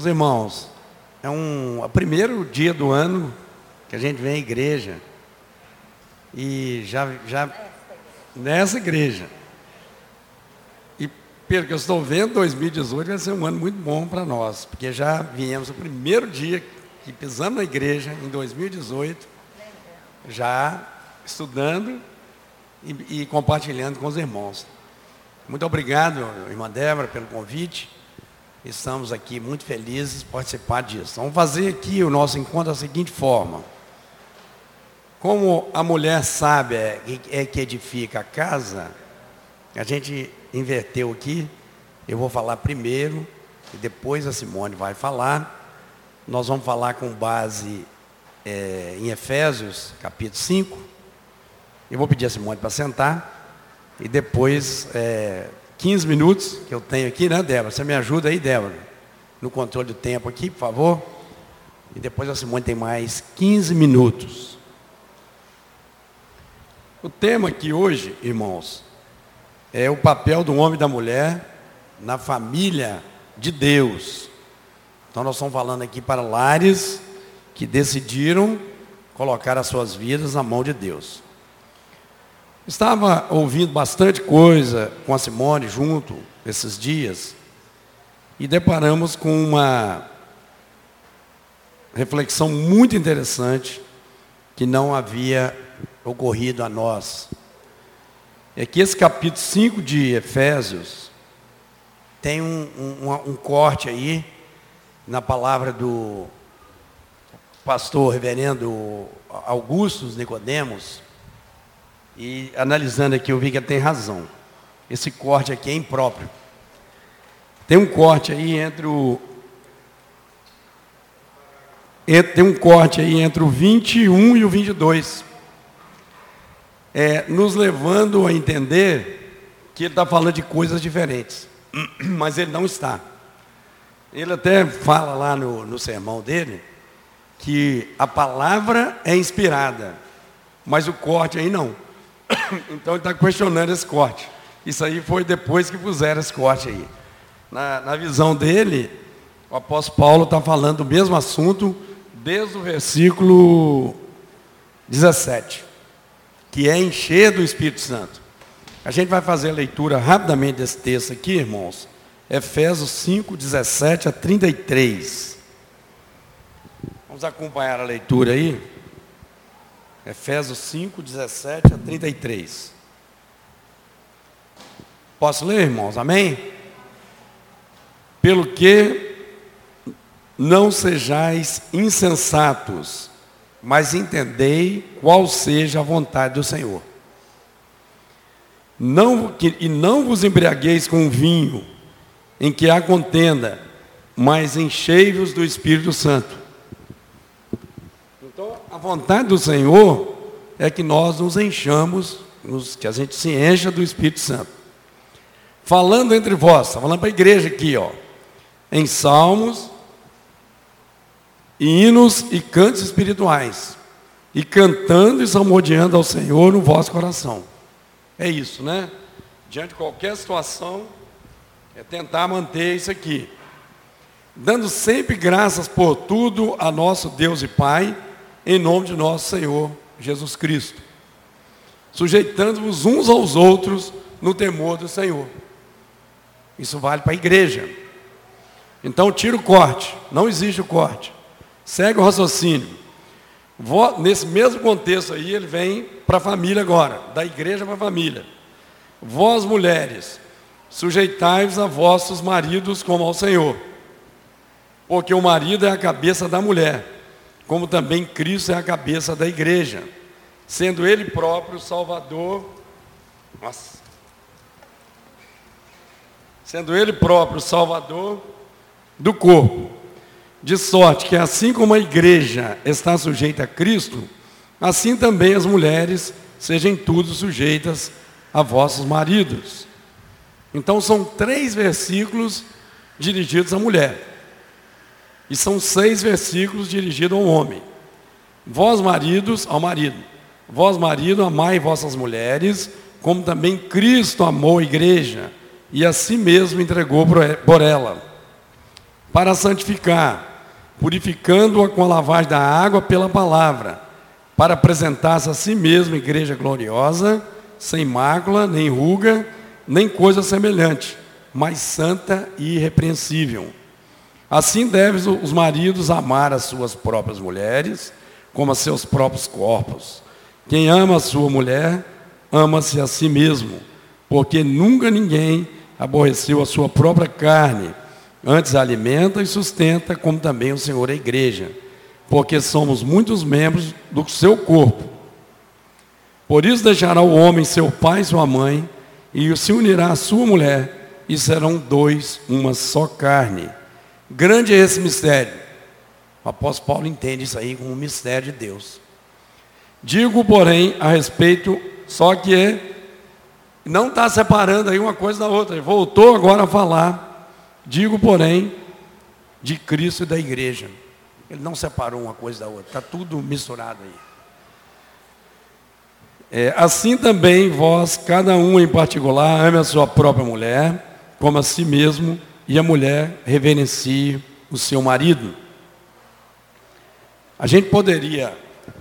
Os irmãos, é o primeiro dia do ano que a gente vem à igreja. E já nessa igreja. E pelo que eu estou vendo, 2018 vai ser um ano muito bom para nós, porque já viemos o primeiro dia que pisamos na igreja em 2018, já estudando e compartilhando com os irmãos. Muito obrigado, irmã Débora, pelo convite. Estamos aqui muito felizes de participar disso. Vamos fazer aqui o nosso encontro da seguinte forma. Como a mulher sábia é que edifica a casa, a gente inverteu aqui. Eu vou falar primeiro e depois a Simone vai falar. Nós vamos falar com base em Efésios, capítulo 5. Eu vou pedir a Simone para sentar. E depois, 15 minutos que eu tenho aqui, né, Débora? Você me ajuda aí, Débora? No controle do tempo aqui, por favor. E depois a Simone tem mais 15 minutos. O tema aqui hoje, irmãos, é o papel do homem e da mulher na família de Deus. Então nós estamos falando aqui para lares que decidiram colocar as suas vidas na mão de Deus. Estava ouvindo bastante coisa com a Simone junto esses dias e deparamos com uma reflexão muito interessante que não havia ocorrido a nós. É que esse capítulo 5 de Efésios tem um corte aí na palavra do pastor reverendo Augustus Nicodemos. E analisando aqui, eu vi que ele tem razão. Esse corte aqui é impróprio. Tem um corte aí entre o 21 e o 22. Nos levando a entender que ele está falando de coisas diferentes. Mas ele não está. Ele até fala lá no sermão dele que a palavra é inspirada, mas o corte aí não. Então ele está questionando esse corte. Isso aí foi depois que puseram esse corte aí. Na visão dele, o apóstolo Paulo está falando do mesmo assunto desde o versículo 17, que é encher do Espírito Santo. A gente vai fazer a leitura rapidamente desse texto aqui, irmãos. Efésios 5, 17 a 33. Vamos acompanhar a leitura aí. Efésios 5, 17 a 33. Posso ler, irmãos? Amém? Pelo que não sejais insensatos, mas entendei qual seja a vontade do Senhor. E não vos embriagueis com vinho, em que há contenda, mas enchei-vos do Espírito Santo. Então, a vontade do Senhor é que nós nos enchamos, que a gente se encha do Espírito Santo. Falando entre vós, está falando para a igreja aqui, em salmos, hinos e cantos espirituais, e cantando e salmodiando ao Senhor no vosso coração. É isso, né? Diante de qualquer situação, é tentar manter isso aqui. Dando sempre graças por tudo a nosso Deus e Pai, em nome de nosso Senhor Jesus Cristo, sujeitando-vos uns aos outros no temor do Senhor. Isso vale para a igreja. Então tira o corte, não existe o corte. Segue o raciocínio. Nesse mesmo contexto aí, ele vem para a família agora, da igreja para a família. Vós, mulheres, sujeitai-vos a vossos maridos como ao Senhor, porque o marido é a cabeça da mulher, como também Cristo é a cabeça da igreja, sendo Ele próprio o Salvador. Sendo Ele próprio o Salvador do corpo. De sorte que assim como a igreja está sujeita a Cristo, assim também as mulheres sejam em tudo sujeitas a vossos maridos. Então são 3 versículos dirigidos à mulher. E são 6 versículos dirigidos ao homem. Vós, maridos, ao marido. Vós, marido, amai vossas mulheres, como também Cristo amou a igreja, e a si mesmo entregou por ela, para santificar, purificando-a com a lavagem da água pela palavra, para apresentar-se a si mesmo igreja gloriosa, sem mácula, nem ruga, nem coisa semelhante, mas santa e irrepreensível. Assim devem os maridos amar as suas próprias mulheres, como a seus próprios corpos. Quem ama a sua mulher, ama-se a si mesmo, porque nunca ninguém aborreceu a sua própria carne, antes a alimenta e sustenta, como também o Senhor a igreja, porque somos muitos membros do seu corpo. Por isso deixará o homem seu pai e sua mãe, e se unirá à sua mulher, e serão dois, uma só carne. Grande é esse mistério. O apóstolo Paulo entende isso aí como um mistério de Deus. Digo, porém, a respeito, só que não está separando aí uma coisa da outra. Ele voltou agora a falar. Digo, porém, de Cristo e da igreja. Ele não separou uma coisa da outra. Está tudo misturado aí. Assim também vós, cada um em particular, ame a sua própria mulher, como a si mesmo, e a mulher reverencie o seu marido. A gente poderia,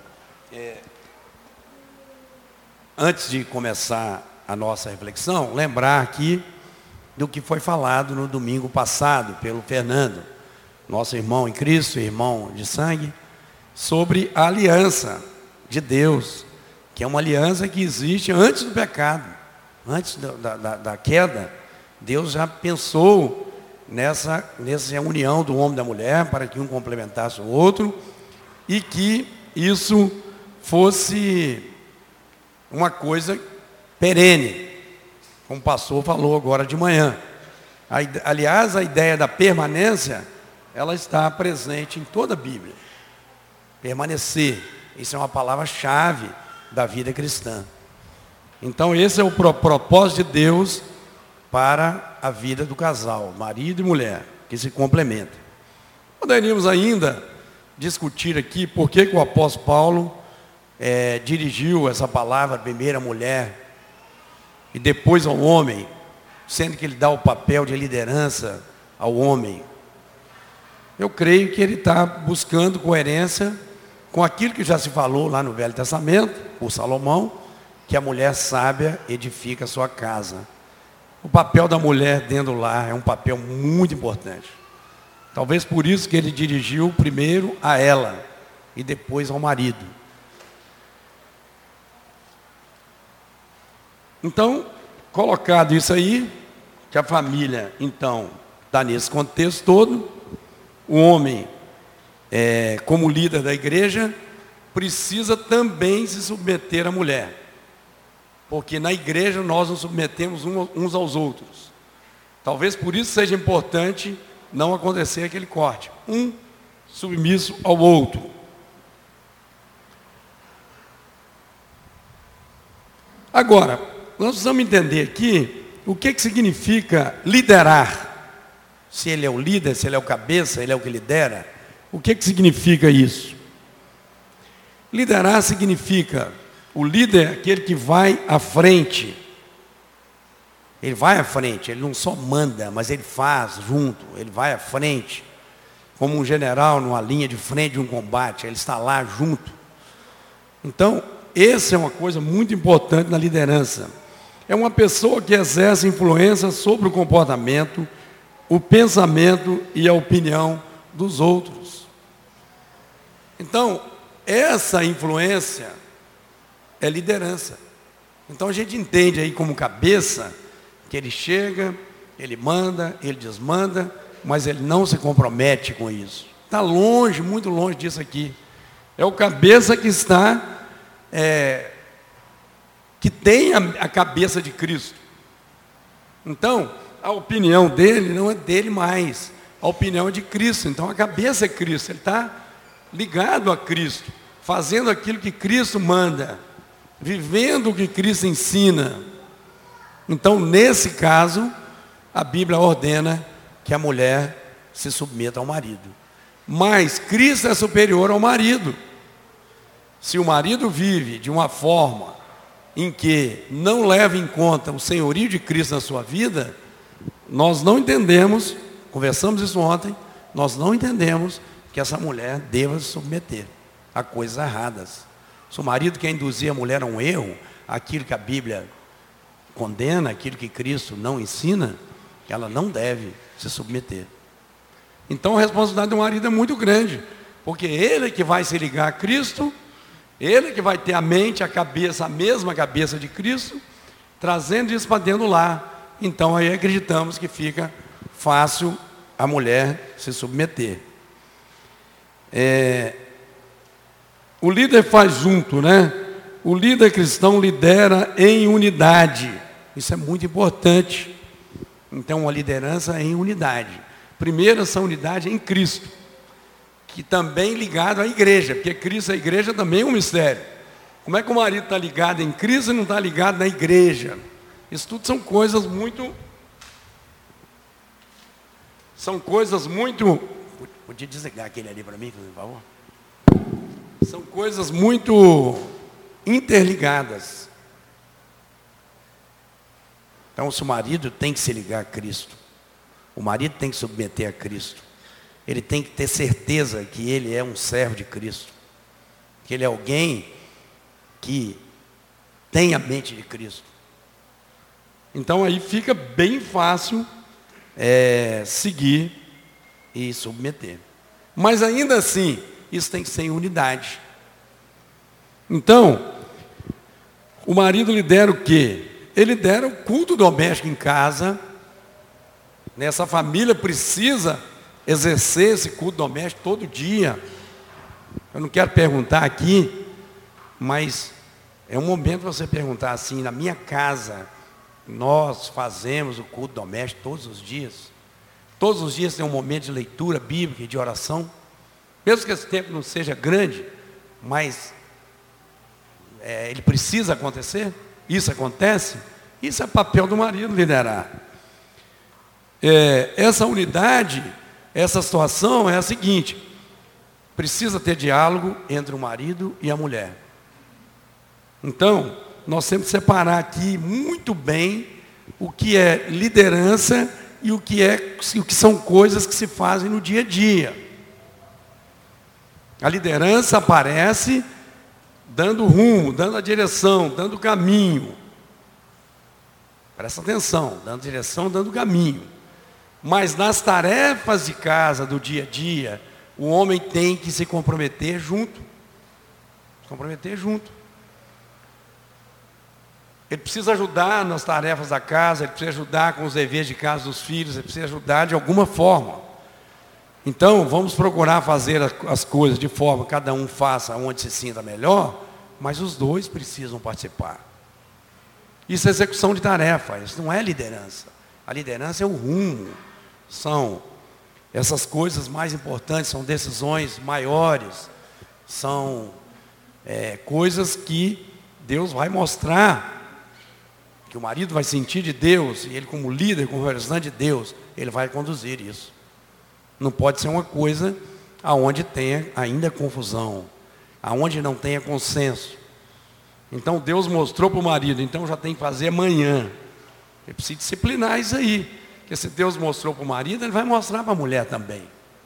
antes de começar a nossa reflexão, lembrar aqui do que foi falado no domingo passado pelo Fernando, nosso irmão em Cristo, irmão de sangue, sobre a aliança de Deus, que é uma aliança que existe antes do pecado, antes da queda. Deus já pensou nessa união do homem e da mulher, para que um complementasse o outro, e que isso fosse uma coisa perene, como o pastor falou agora de manhã. Aliás, a ideia da permanência, ela está presente em toda a Bíblia. Permanecer, isso é uma palavra-chave da vida cristã. Então esse é o propósito de Deus para a vida do casal, marido e mulher, que se complementam. Poderíamos ainda discutir aqui por que o apóstolo Paulo dirigiu essa palavra primeiro à mulher e depois ao homem, sendo que ele dá o papel de liderança ao homem. Eu creio que ele está buscando coerência com aquilo que já se falou lá no Velho Testamento, por Salomão, que a mulher sábia edifica a sua casa. O papel da mulher dentro do lar é um papel muito importante. Talvez por isso que ele dirigiu primeiro a ela e depois ao marido. Então, colocado isso aí, que a família, então, está nesse contexto todo, o homem, como líder da igreja, precisa também se submeter à mulher. Porque na igreja nós nos submetemos uns aos outros. Talvez por isso seja importante não acontecer aquele corte. Um submisso ao outro. Agora, nós precisamos entender aqui o que significa liderar. Se ele é o líder, se ele é o cabeça, ele é o que lidera. O que significa isso? Liderar significa, o líder é aquele que vai à frente. Ele vai à frente, ele não só manda, mas ele faz junto, ele vai à frente. Como um general numa linha de frente de um combate, ele está lá junto. Então, essa é uma coisa muito importante na liderança. É uma pessoa que exerce influência sobre o comportamento, o pensamento e a opinião dos outros. Então, essa influência é liderança. Então a gente entende aí como cabeça, que ele chega, ele manda, ele desmanda, mas ele não se compromete com isso. Está longe, muito longe disso aqui. É o cabeça que está, que tem a cabeça de Cristo. Então, a opinião dele não é dele mais. A opinião é de Cristo. Então a cabeça é Cristo. Ele está ligado a Cristo, fazendo aquilo que Cristo manda, vivendo o que Cristo ensina. Então, nesse caso, a Bíblia ordena que a mulher se submeta ao marido. Mas Cristo é superior ao marido. Se o marido vive de uma forma em que não leva em conta o senhorio de Cristo na sua vida, nós não entendemos, conversamos isso ontem, nós não entendemos que essa mulher deva se submeter a coisas erradas. Se o marido quer induzir a mulher a um erro, aquilo que a Bíblia condena, aquilo que Cristo não ensina, ela não deve se submeter. Então a responsabilidade do marido é muito grande, porque ele é que vai se ligar a Cristo, ele é que vai ter a mente, a cabeça, a mesma cabeça de Cristo, trazendo isso para dentro do lar. Então aí acreditamos que fica fácil a mulher se submeter. O líder faz junto, né? O líder cristão lidera em unidade. Isso é muito importante. Então, a liderança em unidade. Primeiro, essa unidade em Cristo, que também ligado à igreja, porque Cristo, a igreja também é um mistério. Como é que o marido está ligado em Cristo e não está ligado na igreja? Isso tudo são coisas muito... Podia desligar aquele ali para mim, por favor? São coisas muito interligadas. Então, se o marido tem que se ligar a Cristo, o marido tem que submeter a Cristo, ele tem que ter certeza que ele é um servo de Cristo, que ele é alguém que tem a mente de Cristo. Então aí fica bem fácil seguir e submeter. Mas ainda assim, isso tem que ser em unidade. Então, o marido lidera o quê? Ele lidera o culto doméstico em casa. Essa família precisa exercer esse culto doméstico todo dia. Eu não quero perguntar aqui, mas é um momento você perguntar assim: na minha casa, nós fazemos o culto doméstico todos os dias? Todos os dias tem um momento de leitura bíblica e de oração? Mesmo que esse tempo não seja grande, mas ele precisa acontecer? Isso acontece? Isso é papel do marido liderar. Essa unidade, essa situação é a seguinte: precisa ter diálogo entre o marido e a mulher. Então, nós temos que separar aqui muito bem o que é liderança e o que são coisas que se fazem no dia a dia. A liderança aparece dando rumo, dando a direção, dando caminho. Presta atenção, dando direção, dando caminho. Mas nas tarefas de casa, do dia a dia, o homem tem que se comprometer junto. Se comprometer junto. Ele precisa ajudar nas tarefas da casa, ele precisa ajudar com os deveres de casa dos filhos, ele precisa ajudar de alguma forma. Então, vamos procurar fazer as coisas de forma que cada um faça onde se sinta melhor, mas os dois precisam participar. Isso é execução de tarefa, isso não é liderança. A liderança é o rumo, são essas coisas mais importantes, são decisões maiores, são coisas que Deus vai mostrar, que o marido vai sentir de Deus, e ele como líder, como representante de Deus, ele vai conduzir isso. Não pode ser uma coisa aonde tenha ainda confusão, aonde não tenha consenso. Então Deus mostrou para o marido, então já tem que fazer amanhã. Ele precisa disciplinar isso aí. Porque se Deus mostrou para o marido, ele vai mostrar para a mulher também.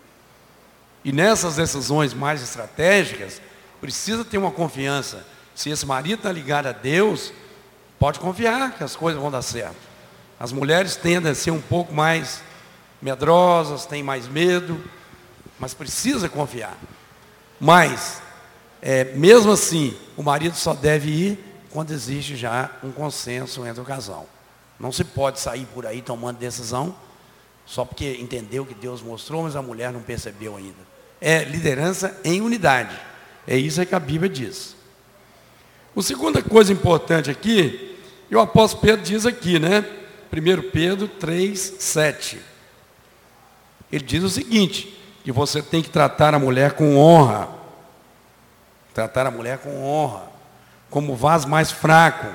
E nessas decisões mais estratégicas, precisa ter uma confiança. Se esse marido está ligado a Deus, pode confiar que as coisas vão dar certo. As mulheres tendem a ser um pouco mais medrosas, têm mais medo, mas precisa confiar. Mas, mesmo assim, o marido só deve ir quando existe já um consenso entre o casal. Não se pode sair por aí tomando decisão só porque entendeu que Deus mostrou, mas a mulher não percebeu ainda. É liderança em unidade. É isso que a Bíblia diz. A segunda coisa importante aqui, e o apóstolo Pedro diz aqui, né? 1 Pedro 3:7. Ele diz o seguinte, que você tem que tratar a mulher com honra. Tratar a mulher com honra, como vaso mais fraco,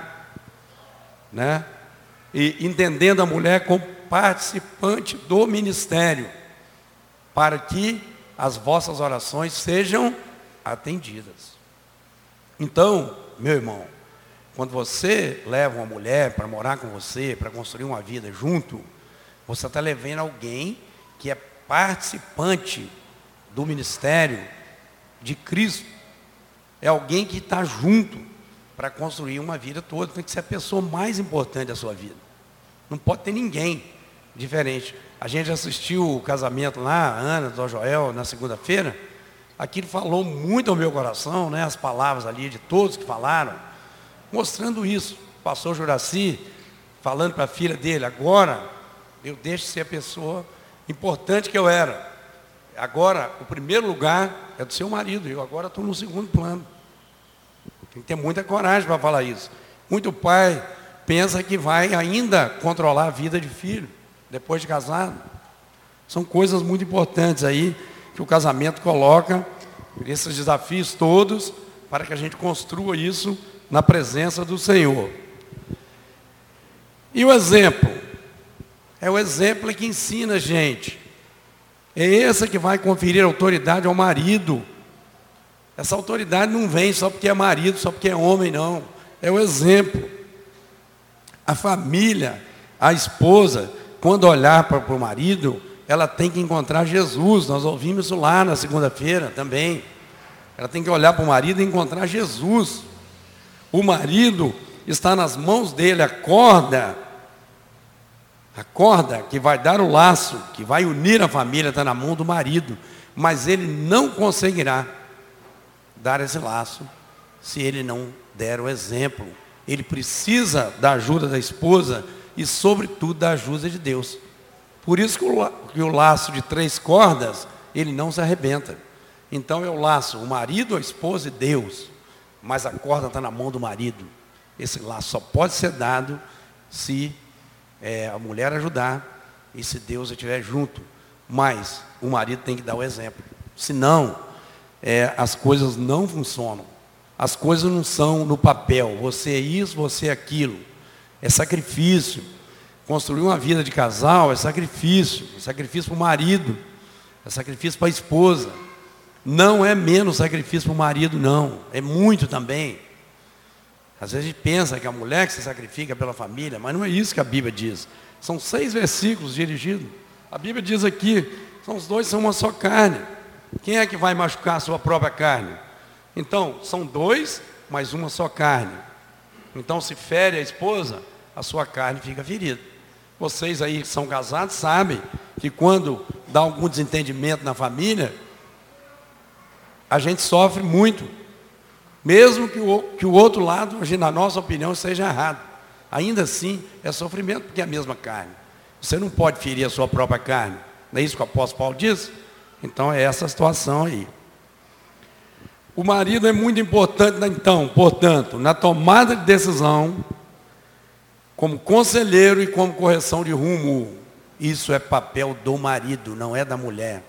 né? E entendendo a mulher como participante do ministério, para que as vossas orações sejam atendidas. Então, meu irmão, quando você leva uma mulher para morar com você, para construir uma vida junto, você está levando alguém que é participante do ministério de Cristo é alguém que está junto para construir uma vida toda. Tem que ser a pessoa mais importante da sua vida. Não pode ter ninguém diferente. A gente assistiu o casamento lá, a Ana, do Joel, na segunda-feira. Aquilo falou muito ao meu coração, né? As palavras ali de todos que falaram, mostrando isso. O pastor Juraci falando para a filha dele: agora eu deixo de ser a pessoa importante que eu era. Agora, o primeiro lugar é do seu marido. Eu agora estou no segundo plano. Tem que ter muita coragem para falar isso. Muito pai pensa que vai ainda controlar a vida de filho, depois de casado. São coisas muito importantes aí, que o casamento coloca, esses desafios todos, para que a gente construa isso na presença do Senhor. E o exemplo? É o exemplo que ensina a gente. É esse que vai conferir autoridade ao marido. Essa autoridade não vem só porque é marido, só porque é homem, não. É o exemplo. A família, a esposa, quando olhar para o marido, ela tem que encontrar Jesus. Nós ouvimos isso lá na segunda-feira também. Ela tem que olhar para o marido e encontrar Jesus. O marido está nas mãos dele, a corda que vai dar o laço, que vai unir a família, está na mão do marido. Mas ele não conseguirá dar esse laço se ele não der o exemplo. Ele precisa da ajuda da esposa e, sobretudo, da ajuda de Deus. Por isso que o laço de 3 cordas, ele não se arrebenta. Então é o laço, o marido, a esposa e Deus. Mas a corda está na mão do marido. Esse laço só pode ser dado se a mulher ajudar e se Deus estiver junto. Mas o marido tem que dar o exemplo. Senão, as coisas não funcionam. As coisas não são no papel. Você é isso, você é aquilo. É sacrifício. Construir uma vida de casal é sacrifício. É sacrifício para o marido. É sacrifício para a esposa. Não é menos sacrifício para o marido, não. É muito também. Às vezes a gente pensa que a mulher que se sacrifica pela família, mas não é isso que a Bíblia diz. São 6 versículos dirigidos. A Bíblia diz aqui, os dois são uma só carne. Quem é que vai machucar a sua própria carne? Então, são 2, mas uma só carne. Então, se fere a esposa, a sua carne fica ferida. Vocês aí que são casados sabem que quando dá algum desentendimento na família, a gente sofre muito. Mesmo que o outro lado, na nossa opinião, seja errado. Ainda assim, é sofrimento, porque é a mesma carne. Você não pode ferir a sua própria carne. Não é isso que o apóstolo Paulo diz? Então, é essa situação aí. O marido é muito importante, então, portanto, na tomada de decisão, como conselheiro e como correção de rumo. Isso é papel do marido, não é da mulher.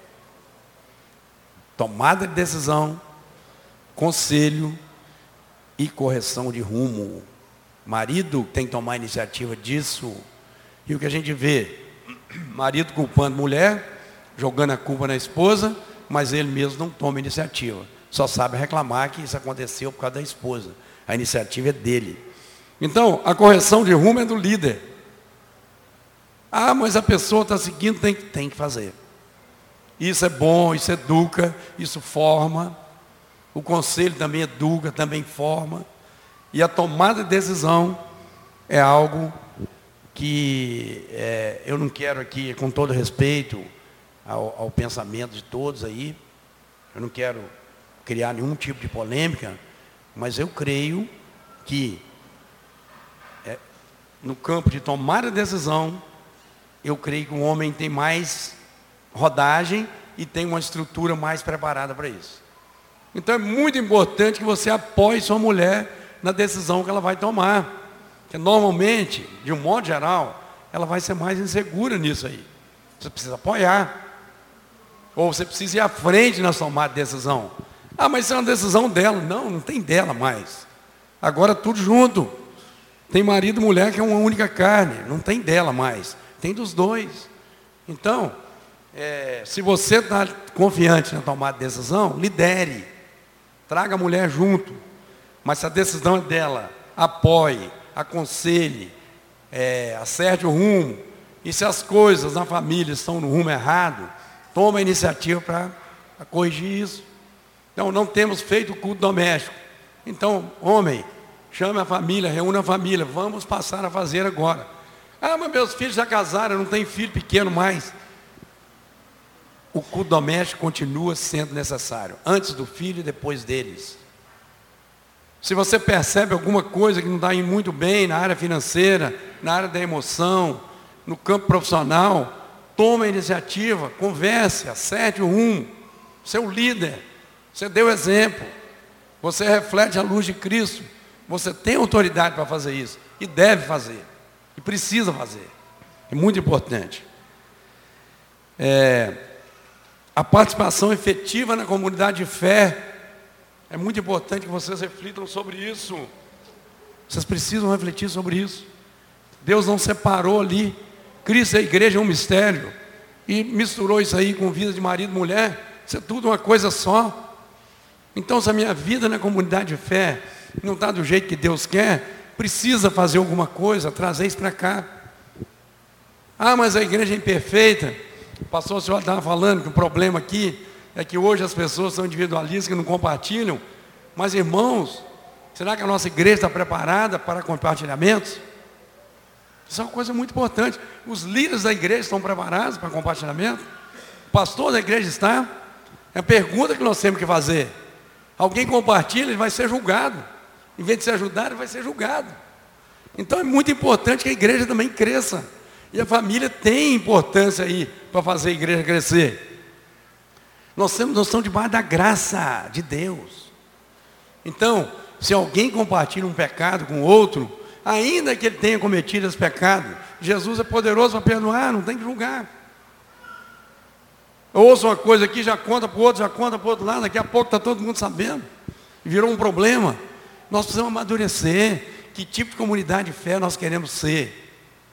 Tomada de decisão, conselho e correção de rumo. Marido tem que tomar a iniciativa disso. E o que a gente vê? Marido culpando mulher, jogando a culpa na esposa, mas ele mesmo não toma iniciativa. Só sabe reclamar que isso aconteceu por causa da esposa. A iniciativa é dele. Então, a correção de rumo é do líder. Ah, mas a pessoa está seguindo, tem que fazer. Isso é bom, isso educa, isso forma. O conselho também educa, também forma. E a tomada de decisão é algo que eu não quero aqui, com todo respeito ao pensamento de todos aí, eu não quero criar nenhum tipo de polêmica, mas eu creio que no campo de tomar a decisão, eu creio que o homem tem mais rodagem e tem uma estrutura mais preparada para isso. Então é muito importante que você apoie sua mulher na decisão que ela vai tomar. Porque normalmente, de um modo geral, ela vai ser mais insegura nisso aí. Você precisa apoiar. Ou você precisa ir à frente na tomada de decisão. Ah, mas isso é uma decisão dela. Não, não tem dela mais. Agora tudo junto. Tem marido e mulher que é uma única carne. Não tem dela mais. Tem dos dois. Então, se você está confiante na tomada de decisão, lidere. Traga a mulher junto. Mas se a decisão é dela, apoie, aconselhe, acerte o rumo. E se as coisas na família estão no rumo errado, Toma a iniciativa para corrigir isso. Então, não temos feito o culto doméstico. Então, homem, chame a família, reúna a família. Vamos passar a fazer agora. Ah, mas meus filhos já casaram, não tem filho pequeno mais. O culto doméstico continua sendo necessário. Antes do filho e depois deles. Se você percebe alguma coisa que não está indo muito bem na área financeira, na área da emoção, no campo profissional, tome a iniciativa, converse, acerte o rumo. Você é o líder, você deu exemplo, você reflete a luz de Cristo, você tem autoridade para fazer isso, e deve fazer, e precisa fazer. É muito importante. A participação efetiva na comunidade de fé. É muito importante que vocês reflitam sobre isso. Vocês precisam refletir sobre isso. Deus não separou ali. Cristo e a igreja é um mistério. E misturou isso aí com vida de marido e mulher. Isso é tudo uma coisa só. Então, se a minha vida na comunidade de fé não está do jeito que Deus quer, precisa fazer alguma coisa, trazer isso para cá. Ah, mas a igreja é imperfeita. O pastor, o senhor estava falando que o problema aqui é que hoje as pessoas são individualistas, que não compartilham. Mas, irmãos, será que a nossa igreja está preparada para compartilhamentos? Isso é uma coisa muito importante. Os líderes da igreja estão preparados para compartilhamento? O pastor da igreja está? É a pergunta que nós temos que fazer. Alguém compartilha, ele vai ser julgado. Em vez de ser ajudado, ele vai ser julgado. Então é muito importante que a igreja também cresça. E a família tem importância aí para fazer a igreja crescer. Nós estamos debaixo da graça de Deus. Então, se alguém compartilha um pecado com outro, ainda que ele tenha cometido esse pecado, Jesus é poderoso para perdoar, não tem que julgar. Ouça uma coisa aqui, já conta para o outro, já conta para o outro lado, daqui a pouco está todo mundo sabendo. Virou um problema. Nós precisamos amadurecer. Que tipo de comunidade de fé nós queremos ser?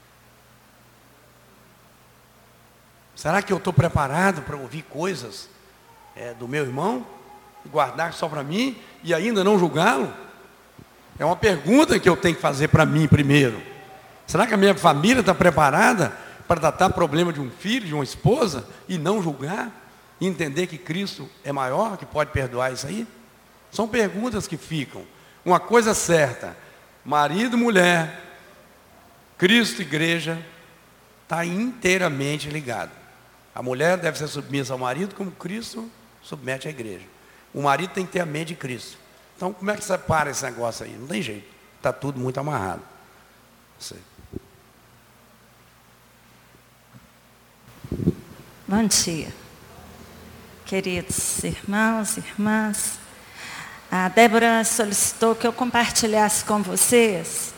Será que eu estou preparado para ouvir coisas do meu irmão, guardar só para mim e ainda não julgá-lo? É uma pergunta que eu tenho que fazer para mim primeiro. Será que a minha família está preparada para tratar problema de um filho, de uma esposa e não julgar? E entender que Cristo é maior, que pode perdoar isso aí? São perguntas que ficam. Uma coisa certa, marido e mulher, Cristo e igreja, está inteiramente ligado. A mulher deve ser submissa ao marido como Cristo submete à igreja. O marido tem que ter a mente de Cristo. Então, como é que separa esse negócio aí? Não tem jeito. Está tudo muito amarrado. Bom dia, queridos irmãos e irmãs. A Débora solicitou que eu compartilhasse com vocês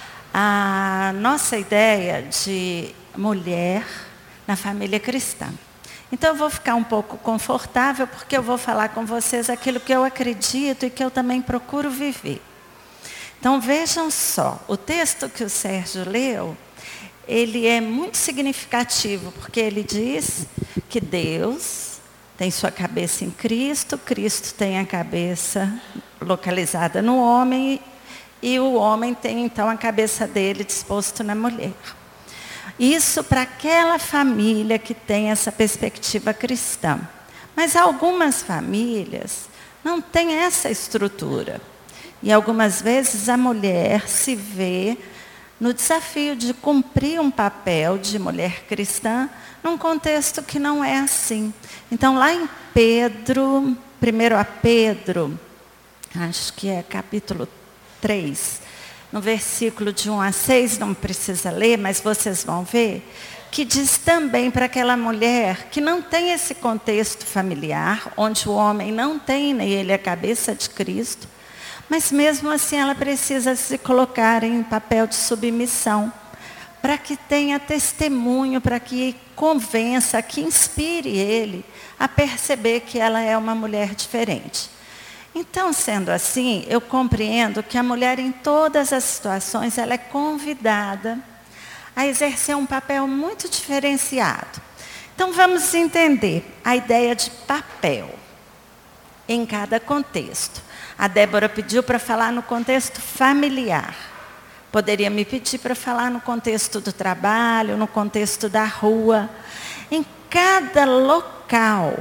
a nossa ideia de mulher na família cristã. Então eu vou ficar um pouco confortável, porque eu vou falar com vocês aquilo que eu acredito e que eu também procuro viver. Então vejam só, o texto que o Sérgio leu, ele é muito significativo, porque ele diz que Deus tem sua cabeça em Cristo, Cristo tem a cabeça localizada no homem, e o homem tem então a cabeça dele disposto na mulher. Isso para aquela família que tem essa perspectiva cristã. Mas algumas famílias não têm essa estrutura. E algumas vezes a mulher se vê no desafio de cumprir um papel de mulher cristã num contexto que não é assim. Então lá em Pedro, 1 Pedro, acho que é capítulo 3, no versículo de 1 a 6, não precisa ler, mas vocês vão ver, que diz também para aquela mulher que não tem esse contexto familiar, onde o homem não tem nele a cabeça de Cristo, mas mesmo assim ela precisa se colocar em papel de submissão, para que tenha testemunho, para que convença, que inspire ele a perceber que ela é uma mulher diferente. Então, sendo assim, eu compreendo que a mulher em todas as situações, ela é convidada a exercer um papel muito diferenciado. Então, vamos entender a ideia de papel em cada contexto. A Débora pediu para falar no contexto familiar. Poderia me pedir para falar no contexto do trabalho, no contexto da rua. Em cada local,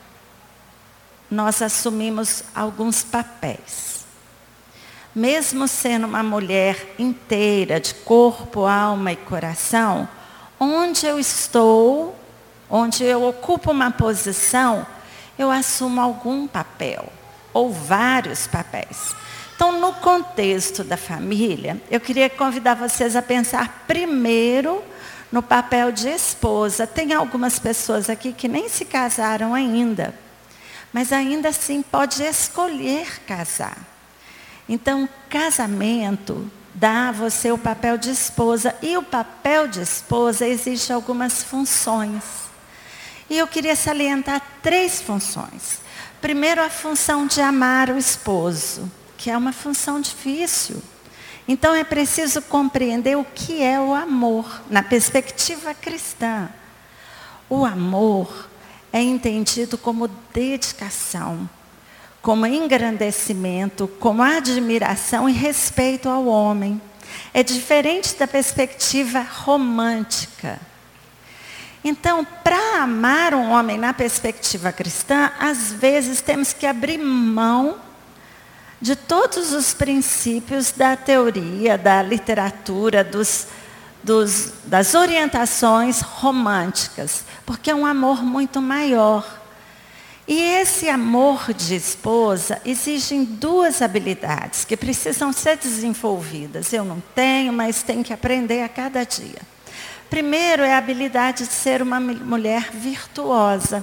nós assumimos alguns papéis. Mesmo sendo uma mulher inteira, de corpo, alma e coração, onde eu estou, onde eu ocupo uma posição, eu assumo algum papel, ou vários papéis. Então, no contexto da família, eu queria convidar vocês a pensar primeiro no papel de esposa. Tem algumas pessoas aqui que nem se casaram ainda, mas ainda assim pode escolher casar. Então, casamento dá a você o papel de esposa, e o papel de esposa exige algumas funções. E eu queria salientar 3 funções. Primeiro, a função de amar o esposo, que é uma função difícil. Então, é preciso compreender o que é o amor, na perspectiva cristã. O amor é entendido como dedicação, como engrandecimento, como admiração e respeito ao homem. É diferente da perspectiva romântica. Então, para amar um homem na perspectiva cristã, às vezes temos que abrir mão de todos os princípios da teoria, da literatura, das orientações românticas, porque é um amor muito maior. E esse amor de esposa exige 2 habilidades que precisam ser desenvolvidas. Eu não tenho, mas tenho que aprender a cada dia. Primeiro é a habilidade de ser uma mulher virtuosa.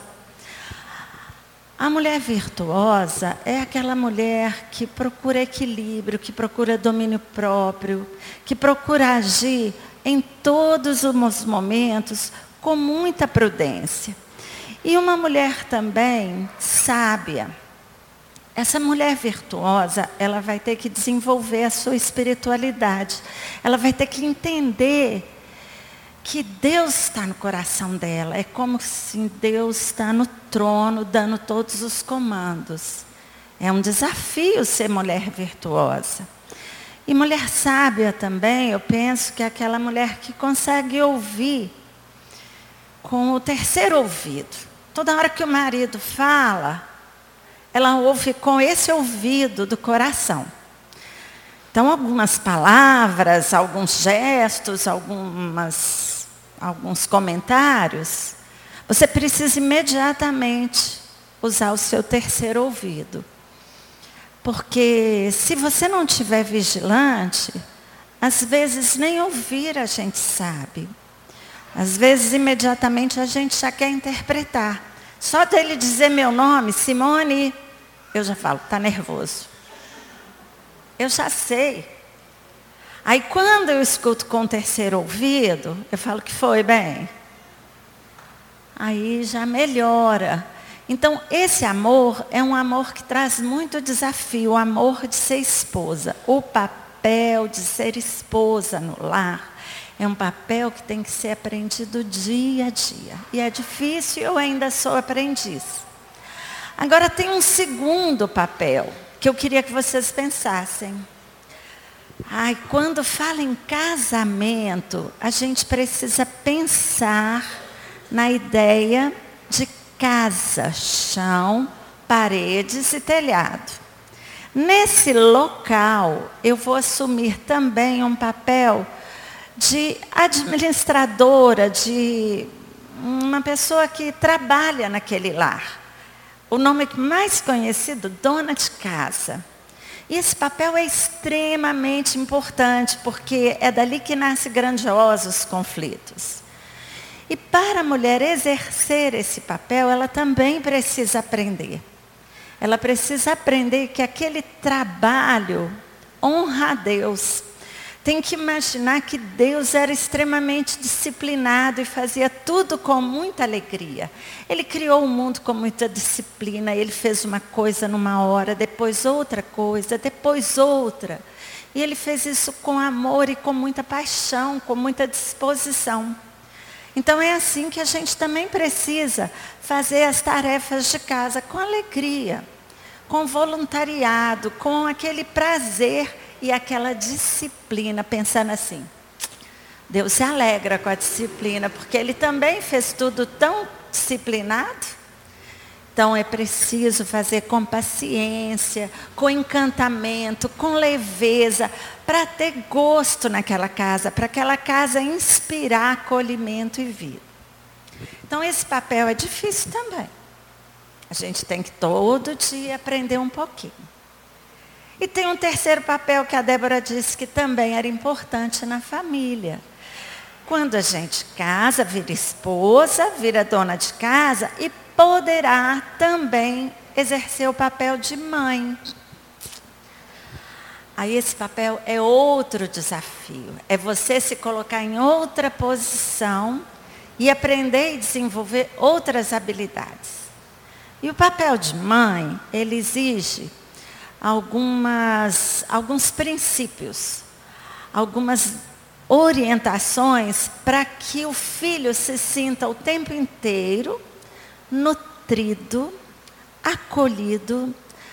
A mulher virtuosa é aquela mulher que procura equilíbrio, que procura domínio próprio, que procura agir em todos os momentos com muita prudência. E uma mulher também sábia. Essa mulher virtuosa, ela vai ter que desenvolver a sua espiritualidade. Ela vai ter que entender que Deus está no coração dela. É como se Deus está no trono, dando todos os comandos. É um desafio ser mulher virtuosa. E mulher sábia também, eu penso que é aquela mulher que consegue ouvir com o terceiro ouvido. Toda hora que o marido fala, ela ouve com esse ouvido do coração. Então, algumas palavras, alguns gestos, alguns comentários, você precisa imediatamente usar o seu terceiro ouvido. Porque se você não estiver vigilante, às vezes nem ouvir a gente sabe. Às vezes, imediatamente, a gente já quer interpretar. Só dele dizer meu nome, Simone, eu já falo, está nervoso. Eu já sei. Aí, quando eu escuto com o terceiro ouvido, eu falo que foi bem. Aí já melhora. Então, esse amor é um amor que traz muito desafio, o amor de ser esposa. O papel de ser esposa no lar é um papel que tem que ser aprendido dia a dia. E é difícil, eu ainda sou aprendiz. Agora tem um segundo papel, que eu queria que vocês pensassem. Quando fala em casamento, a gente precisa pensar na ideia de casa, chão, paredes e telhado. Nesse local, eu vou assumir também um papel de administradora, de uma pessoa que trabalha naquele lar. O nome mais conhecido, dona de casa. E esse papel é extremamente importante, porque é dali que nascem grandiosos conflitos. E para a mulher exercer esse papel, ela também precisa aprender. Ela precisa aprender que aquele trabalho honra a Deus. Tem que imaginar que Deus era extremamente disciplinado e fazia tudo com muita alegria. Ele criou o mundo com muita disciplina. Ele fez uma coisa numa hora, depois outra coisa, depois outra. E ele fez isso com amor e com muita paixão, com muita disposição. Então é assim que a gente também precisa fazer as tarefas de casa com alegria, com voluntariado, com aquele prazer e aquela disciplina, pensando assim, Deus se alegra com a disciplina, porque Ele também fez tudo tão disciplinado? Então é preciso fazer com paciência, com encantamento, com leveza, para ter gosto naquela casa, para aquela casa inspirar acolhimento e vida. Então esse papel é difícil também. A gente tem que todo dia aprender um pouquinho. E tem um terceiro papel que a Débora disse que também era importante na família. Quando a gente casa, vira esposa, vira dona de casa e poderá também exercer o papel de mãe. Aí esse papel é outro desafio. É você se colocar em outra posição e aprender e desenvolver outras habilidades. E o papel de mãe, ele exige alguns princípios, algumas orientações para que o filho se sinta o tempo inteiro nutrido, acolhido,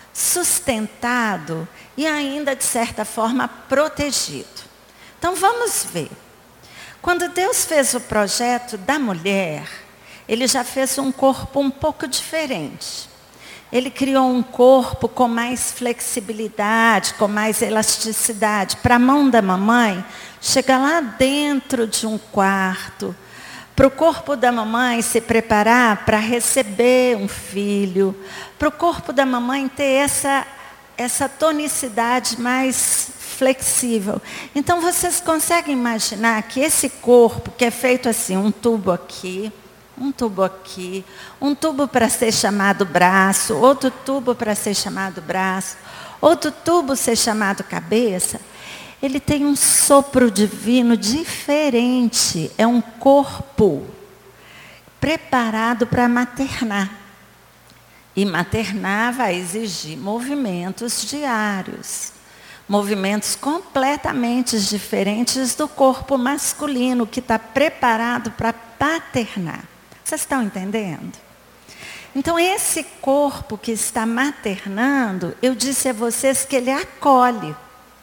sustentado e ainda, de certa forma, protegido. Então, vamos ver. Quando Deus fez o projeto da mulher, Ele já fez um corpo um pouco diferente. Ele criou um corpo com mais flexibilidade, com mais elasticidade. Para a mão da mamãe, chega lá dentro de um quarto, para o corpo da mamãe se preparar para receber um filho, para o corpo da mamãe ter essa tonicidade mais flexível. Então vocês conseguem imaginar que esse corpo, que é feito assim, um tubo aqui, um tubo para ser chamado braço, outro tubo para ser chamado braço, outro tubo ser chamado cabeça, ele tem um sopro divino diferente. É um corpo preparado para maternar. E maternar vai exigir movimentos diários. Movimentos completamente diferentes do corpo masculino, que está preparado para paternar. Vocês estão entendendo? Então, esse corpo que está maternando, eu disse a vocês que ele acolhe.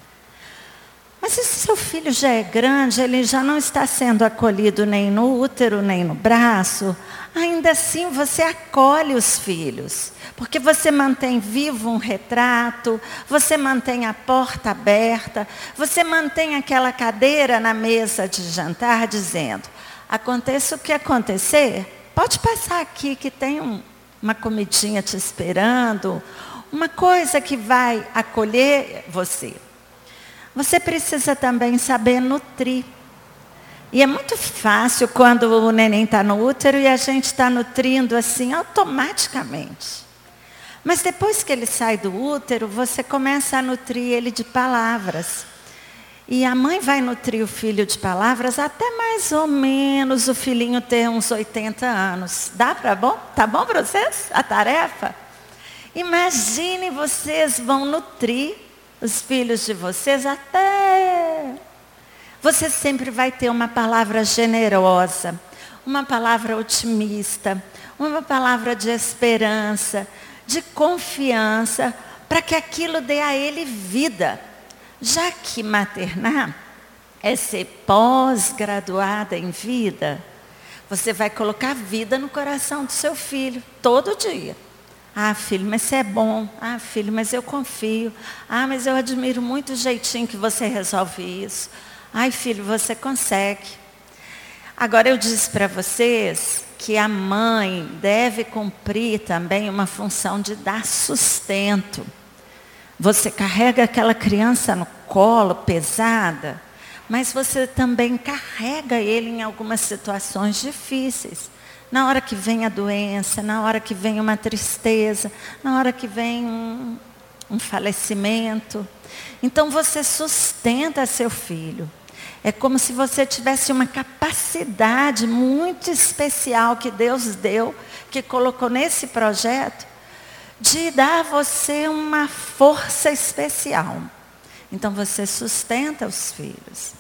Mas se seu filho já é grande, ele já não está sendo acolhido nem no útero, nem no braço, ainda assim você acolhe os filhos. Porque você mantém vivo um retrato, você mantém a porta aberta, você mantém aquela cadeira na mesa de jantar dizendo: aconteça o que acontecer, pode passar aqui que tem uma comidinha te esperando, uma coisa que vai acolher você. Você precisa também saber nutrir. E é muito fácil quando o neném está no útero e a gente está nutrindo assim automaticamente. Mas depois que ele sai do útero, você começa a nutrir ele de palavras. E a mãe vai nutrir o filho de palavras até mais ou menos o filhinho ter uns 80 anos. Dá para bom? Tá bom para vocês a tarefa? Imagine, vocês vão nutrir os filhos de vocês até... Você sempre vai ter uma palavra generosa, uma palavra otimista, uma palavra de esperança, de confiança, para que aquilo dê a ele vida. Já que maternar é ser pós-graduada em vida, você vai colocar vida no coração do seu filho, todo dia. Ah, filho, mas você é bom. Ah, filho, mas eu confio. Ah, mas eu admiro muito o jeitinho que você resolve isso. Ai, filho, você consegue. Agora eu disse para vocês que a mãe deve cumprir também uma função de dar sustento. Você carrega aquela criança no colo, pesada, mas você também carrega ele em algumas situações difíceis. Na hora que vem a doença, na hora que vem uma tristeza, na hora que vem um falecimento. Então você sustenta seu filho. É como se você tivesse uma capacidade muito especial que Deus deu, que colocou nesse projeto, de dar a você uma força especial. Então você sustenta os filhos.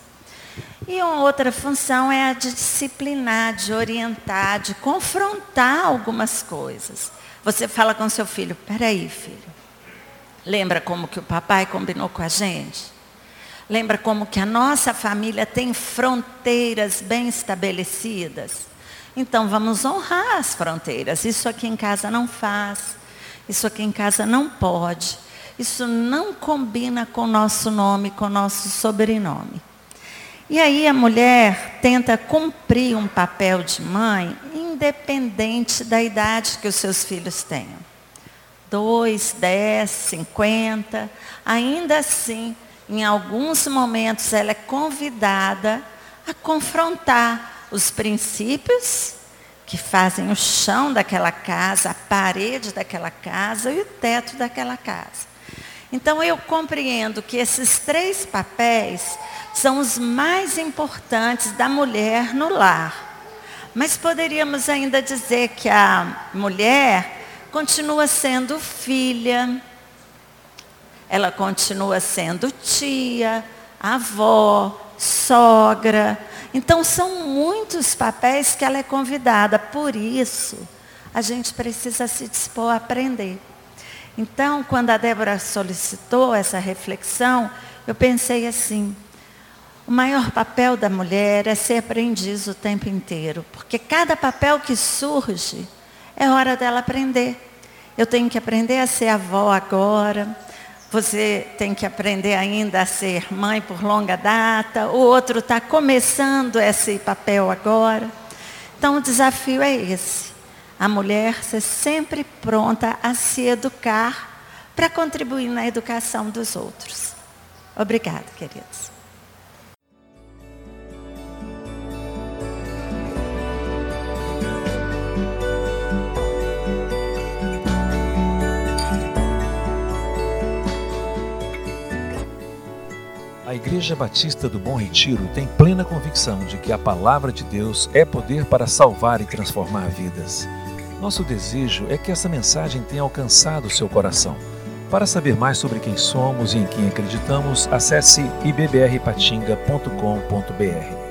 E uma outra função é a de disciplinar, de orientar, de confrontar algumas coisas. Você fala com seu filho: peraí, filho, lembra como que o papai combinou com a gente? Lembra como que a nossa família tem fronteiras bem estabelecidas? Então vamos honrar as fronteiras. Isso aqui em casa não faz, isso aqui em casa não pode, isso não combina com o nosso nome, com o nosso sobrenome. E aí a mulher tenta cumprir um papel de mãe, independente da idade que os seus filhos tenham. 2, 10, 50, ainda assim, em alguns momentos ela é convidada a confrontar os princípios que fazem o chão daquela casa, a parede daquela casa e o teto daquela casa. Então eu compreendo que esses 3 papéis são os mais importantes da mulher no lar. Mas poderíamos ainda dizer que a mulher continua sendo filha, ela continua sendo tia, avó, sogra. Então são muitos papéis que ela é convidada. Por isso, a gente precisa se dispor a aprender. Então, quando a Débora solicitou essa reflexão, eu pensei assim: o maior papel da mulher é ser aprendiz o tempo inteiro, porque cada papel que surge, é hora dela aprender. Eu tenho que aprender a ser avó agora, você tem que aprender ainda a ser mãe por longa data, o outro está começando esse papel agora. Então o desafio é esse. A mulher ser sempre pronta a se educar para contribuir na educação dos outros. Obrigada, queridos. A Igreja Batista do Bom Retiro tem plena convicção de que a palavra de Deus é poder para salvar e transformar vidas. Nosso desejo é que essa mensagem tenha alcançado o seu coração. Para saber mais sobre quem somos e em quem acreditamos, acesse ibbrpatinga.com.br.